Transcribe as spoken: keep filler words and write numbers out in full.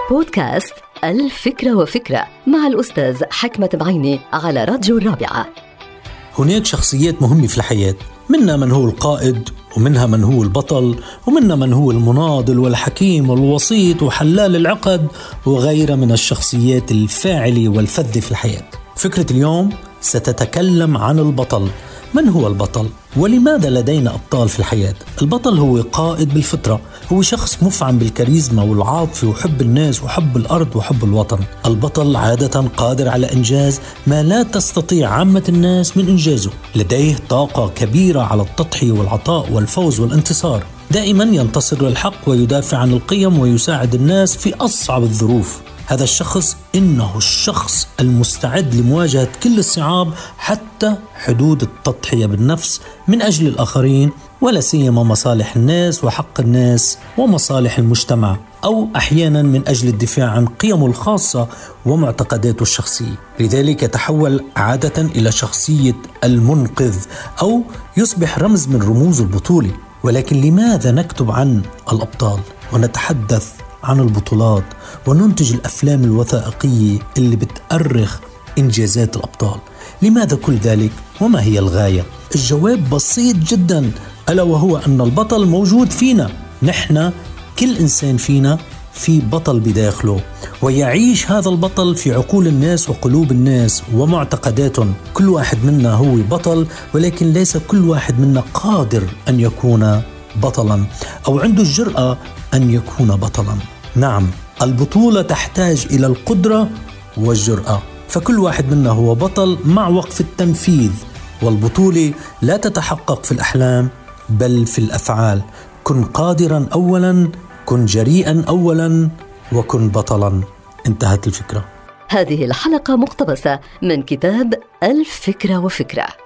بودكاست الفكرة وفكرة مع الأستاذ حكمة بعيني على راديو الرابعة. هناك شخصيات مهمة في الحياة، منها من هو القائد، ومنها من هو البطل، ومنها من هو المناضل والحكيم والوسيط وحلال العقد، وغيرها من الشخصيات الفاعلة والفذة في الحياة. فكرة اليوم ستتكلم عن البطل. من هو البطل؟ ولماذا لدينا أبطال في الحياة؟ البطل هو قائد بالفطرة، هو شخص مفعم بالكاريزما والعاطفة وحب الناس وحب الأرض وحب الوطن. البطل عادة قادر على إنجاز ما لا تستطيع عامة الناس من إنجازه، لديه طاقة كبيرة على التضحية والعطاء والفوز والانتصار، دائما ينتصر للحق ويدافع عن القيم ويساعد الناس في أصعب الظروف. هذا الشخص إنه الشخص المستعد لمواجهة كل الصعاب حتى حدود التضحية بالنفس من أجل الآخرين، ولا سيما مصالح الناس وحق الناس ومصالح المجتمع، أو أحيانا من أجل الدفاع عن قيمه الخاصة ومعتقداته الشخصية. لذلك يتحول عادة إلى شخصية المنقذ، أو يصبح رمز من رموز البطولة. ولكن لماذا نكتب عن الأبطال ونتحدث عن البطولات وننتج الأفلام الوثائقية اللي بتأرخ إنجازات الأبطال؟ لماذا كل ذلك؟ وما هي الغاية؟ الجواب بسيط جدا، ألا وهو أن البطل موجود فينا. نحن كل إنسان فينا في بطل بداخله، ويعيش هذا البطل في عقول الناس وقلوب الناس ومعتقداتهم. كل واحد منا هو بطل، ولكن ليس كل واحد منا قادر أن يكون بطلا أو عنده الجرأة أن يكون بطلا. نعم، البطولة تحتاج إلى القدرة والجرأة، فكل واحد منا هو بطل مع وقف التنفيذ. والبطولة لا تتحقق في الأحلام بل في الأفعال. كن قادرا أولا، كن جريئا أولا، وكن بطلا. انتهت الفكرة. هذه الحلقة مقتبسة من كتاب الفكرة وفكرة.